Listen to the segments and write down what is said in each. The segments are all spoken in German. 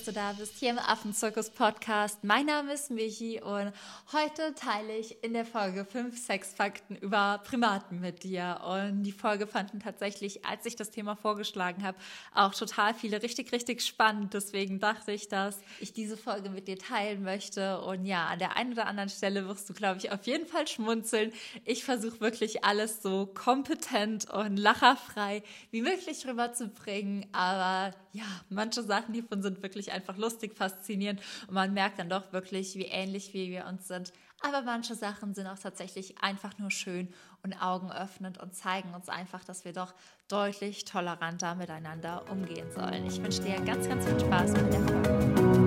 dass du da bist, hier im Affenzirkus-Podcast. Mein Name ist Michi und heute teile ich in der Folge 5 Sexfakten über Primaten mit dir. Und die Folge fanden tatsächlich, als ich das Thema vorgeschlagen habe, auch total viele richtig spannend. Deswegen dachte ich, dass ich diese Folge mit dir teilen möchte. Und ja, an der einen oder anderen Stelle wirst du, glaube ich, auf jeden Fall schmunzeln. Ich versuche wirklich alles so kompetent und lacherfrei wie möglich rüberzubringen. Aber ja, manche Sachen hiervon sind wirklich einfach lustig, faszinierend und man merkt dann doch wirklich, wie ähnlich wir uns sind. Aber manche Sachen sind auch tatsächlich einfach nur schön und augenöffnend und zeigen uns einfach, dass wir doch deutlich toleranter miteinander umgehen sollen. Ich wünsche dir ganz viel Spaß mit der Folge.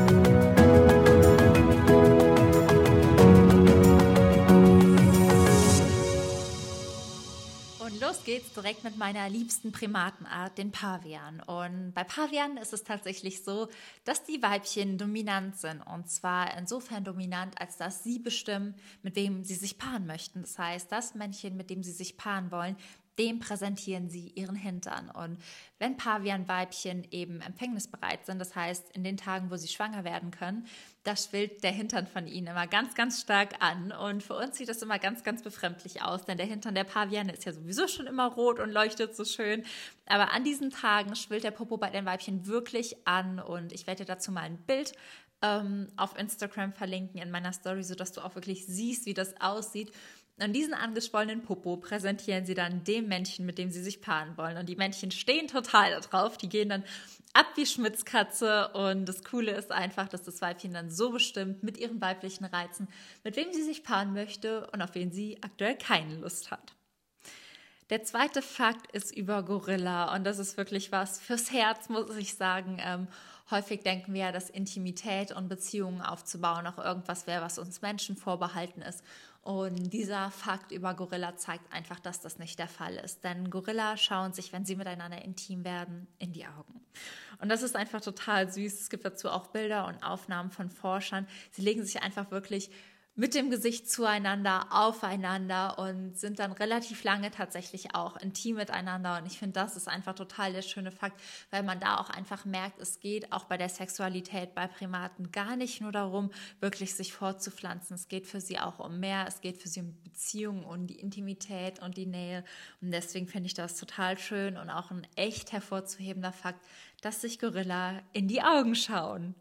Los geht's direkt mit meiner liebsten Primatenart, den Pavian. Und bei Pavianen ist es tatsächlich so, dass die Weibchen dominant sind. Und zwar insofern dominant, als dass sie bestimmen, mit wem sie sich paaren möchten. Das heißt, das Männchen, mit dem sie sich paaren wollen, dem präsentieren sie ihren Hintern. Und wenn Pavianweibchen eben empfängnisbereit sind, das heißt in den Tagen, wo sie schwanger werden können, da schwillt der Hintern von ihnen immer ganz stark an. Und für uns sieht das immer ganz befremdlich aus, denn der Hintern der Paviane ist ja sowieso schon immer rot und leuchtet so schön. Aber an diesen Tagen schwillt der Popo bei den Weibchen wirklich an. Und ich werde dir dazu mal ein Bild auf Instagram verlinken in meiner Story, sodass du auch wirklich siehst, wie das aussieht. Und diesen angeschwollenen Popo präsentieren sie dann dem Männchen, mit dem sie sich paaren wollen. Und die Männchen stehen total darauf. Die gehen dann ab wie Schmitzkatze. Und das Coole ist einfach, dass das Weibchen dann so bestimmt mit ihren weiblichen Reizen, mit wem sie sich paaren möchte und auf wen sie aktuell keine Lust hat. Der zweite Fakt ist über Gorilla. Und das ist wirklich was fürs Herz, muss ich sagen. Häufig denken wir ja, dass Intimität und Beziehungen aufzubauen auch irgendwas wäre, was uns Menschen vorbehalten ist. Und dieser Fakt über Gorilla zeigt einfach, dass das nicht der Fall ist. Denn Gorilla schauen sich, wenn sie miteinander intim werden, in die Augen. Und das ist einfach total süß. Es gibt dazu auch Bilder und Aufnahmen von Forschern. Sie legen sich einfach wirklich mit dem Gesicht zueinander, aufeinander und sind dann relativ lange tatsächlich auch intim miteinander. Und ich finde, das ist einfach total der schöne Fakt, weil man da auch einfach merkt, es geht auch bei der Sexualität bei Primaten gar nicht nur darum, wirklich sich fortzupflanzen. Es geht für sie auch um mehr, es geht für sie um Beziehungen und die Intimität und die Nähe. Und deswegen finde ich das total schön und auch ein echt hervorzuhebender Fakt, dass sich Gorilla in die Augen schauen.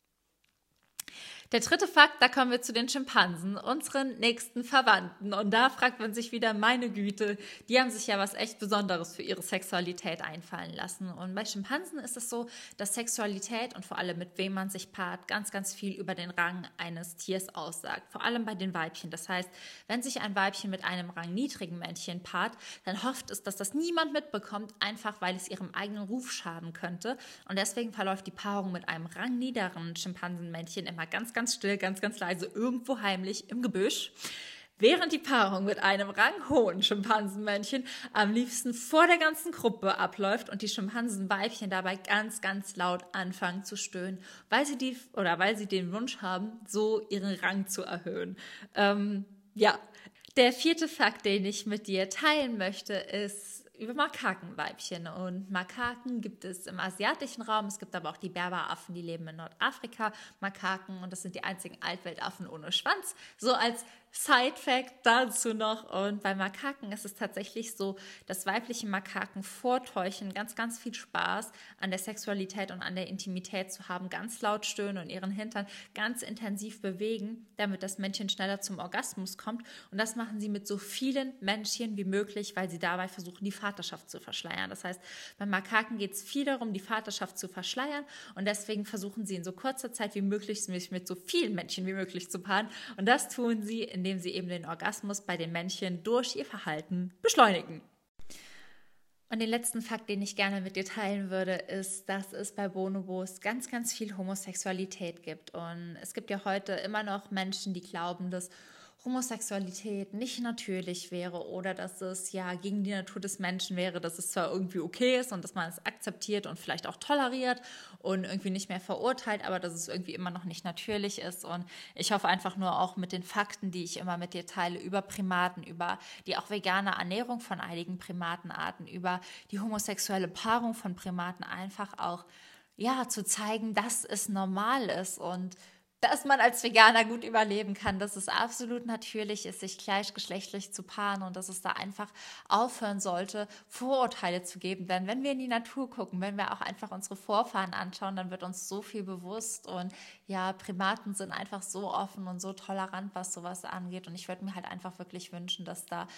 Der dritte Fakt, da kommen wir zu den Schimpansen, unseren nächsten Verwandten. Und da fragt man sich wieder, meine Güte, die haben sich ja was echt Besonderes für ihre Sexualität einfallen lassen. Und bei Schimpansen ist es so, dass Sexualität und vor allem mit wem man sich paart, ganz viel über den Rang eines Tiers aussagt. Vor allem bei den Weibchen. Das heißt, wenn sich ein Weibchen mit einem rangniedrigen Männchen paart, dann hofft es, dass das niemand mitbekommt, einfach weil es ihrem eigenen Ruf schaden könnte. Und deswegen verläuft die Paarung mit einem rangniederen Schimpansenmännchen immer ganz still, ganz leise, irgendwo heimlich im Gebüsch, während die Paarung mit einem ranghohen Schimpansenmännchen am liebsten vor der ganzen Gruppe abläuft und die Schimpansenweibchen dabei ganz laut anfangen zu stöhnen, weil sie den Wunsch haben, so ihren Rang zu erhöhen. Der vierte Fakt, den ich mit dir teilen möchte, ist über Makakenweibchen. Und Makaken gibt es im asiatischen Raum, es gibt aber auch die Berberaffen, die leben in Nordafrika. Makaken, und das sind die einzigen Altweltaffen ohne Schwanz. So als Side-Fact dazu noch. Und bei Makaken ist es tatsächlich so, dass weibliche Makaken vortäuschen, ganz viel Spaß an der Sexualität und an der Intimität zu haben, ganz laut stöhnen und ihren Hintern ganz intensiv bewegen, damit das Männchen schneller zum Orgasmus kommt. Und das machen sie mit so vielen Männchen wie möglich, weil sie dabei versuchen, die Vaterschaft zu verschleiern. Das heißt, beim Makaken geht es viel darum, die Vaterschaft zu verschleiern. Und deswegen versuchen sie in so kurzer Zeit wie möglich, sich mit so vielen Männchen wie möglich zu paaren. Und das tun sie, indem sie eben den Orgasmus bei den Männchen durch ihr Verhalten beschleunigen. Und den letzten Fakt, den ich gerne mit dir teilen würde, ist, dass es bei Bonobos ganz viel Homosexualität gibt. Und es gibt ja heute immer noch Menschen, die glauben, dass Homosexualität nicht natürlich wäre oder dass es ja gegen die Natur des Menschen wäre, dass es zwar irgendwie okay ist und dass man es akzeptiert und vielleicht auch toleriert und irgendwie nicht mehr verurteilt, aber dass es irgendwie immer noch nicht natürlich ist. Und ich hoffe einfach nur auch mit den Fakten, die ich immer mit dir teile, über Primaten, über die auch vegane Ernährung von einigen Primatenarten, über die homosexuelle Paarung von Primaten einfach auch ja, zu zeigen, dass es normal ist und dass man als Veganer gut überleben kann, dass es absolut natürlich ist, sich gleichgeschlechtlich zu paaren und dass es da einfach aufhören sollte, Vorurteile zu geben. Denn wenn wir in die Natur gucken, wenn wir auch einfach unsere Vorfahren anschauen, dann wird uns so viel bewusst und ja, Primaten sind einfach so offen und so tolerant, was sowas angeht. Und ich würde mir halt einfach wirklich wünschen, dass da,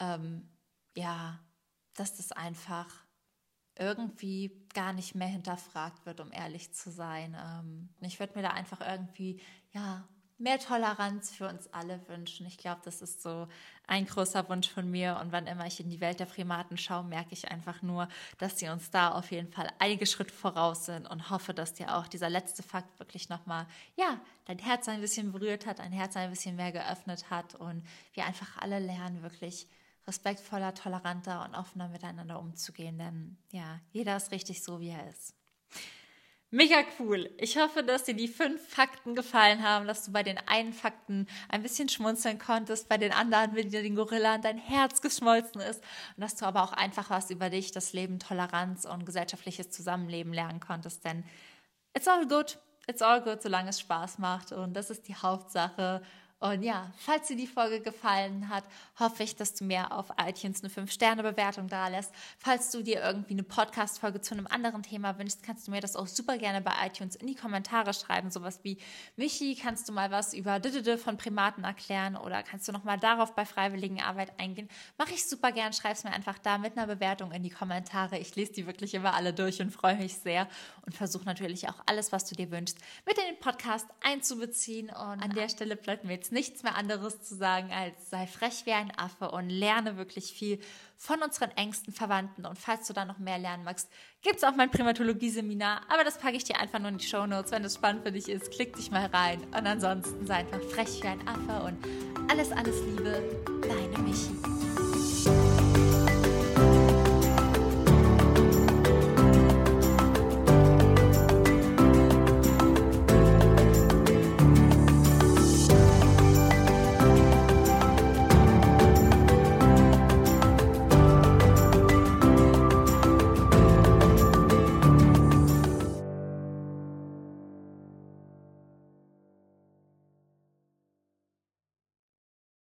ja, dass das einfach irgendwie gar nicht mehr hinterfragt wird, um ehrlich zu sein. Ich würde mir da einfach irgendwie, ja, mehr Toleranz für uns alle wünschen. Ich glaube, das ist so ein großer Wunsch von mir. Und wann immer ich in die Welt der Primaten schaue, merke ich einfach nur, dass sie uns da auf jeden Fall einige Schritte voraus sind und hoffe, dass dir auch dieser letzte Fakt wirklich nochmal, ja, dein Herz ein bisschen berührt hat, dein Herz ein bisschen mehr geöffnet hat und wir einfach alle lernen, wirklich respektvoller, toleranter und offener miteinander umzugehen, denn ja, jeder ist richtig so, wie er ist. Mega cool. Ich hoffe, dass dir die 5 Fakten gefallen haben, dass du bei den einen Fakten ein bisschen schmunzeln konntest, bei den anderen mit den Gorillas dein Herz geschmolzen ist und dass du aber auch einfach was über dich, das Leben, Toleranz und gesellschaftliches Zusammenleben lernen konntest, denn it's all good, solange es Spaß macht und das ist die Hauptsache. Und ja, falls dir die Folge gefallen hat, hoffe ich, dass du mir auf iTunes eine 5-Sterne-Bewertung da lässt. Falls du dir irgendwie eine Podcast-Folge zu einem anderen Thema wünschst, kannst du mir das auch super gerne bei iTunes in die Kommentare schreiben. Sowas wie, Michi, kannst du mal was über von Primaten erklären oder kannst du nochmal darauf bei Freiwilligenarbeit eingehen? Mache ich super gern, schreib es mir einfach da mit einer Bewertung in die Kommentare. Ich lese die wirklich immer alle durch und freue mich sehr und versuche natürlich auch alles, was du dir wünschst, mit in den Podcast einzubeziehen. Und an der Stelle bleibt mir jetzt nichts mehr anderes zu sagen, als sei frech wie ein Affe und lerne wirklich viel von unseren engsten Verwandten. Und falls du da noch mehr lernen magst, gibt es auch mein Primatologie-Seminar, aber das packe ich dir einfach nur in die Shownotes. Wenn das spannend für dich ist, klick dich mal rein. Und ansonsten sei einfach frech wie ein Affe und alles Liebe, deine Michi.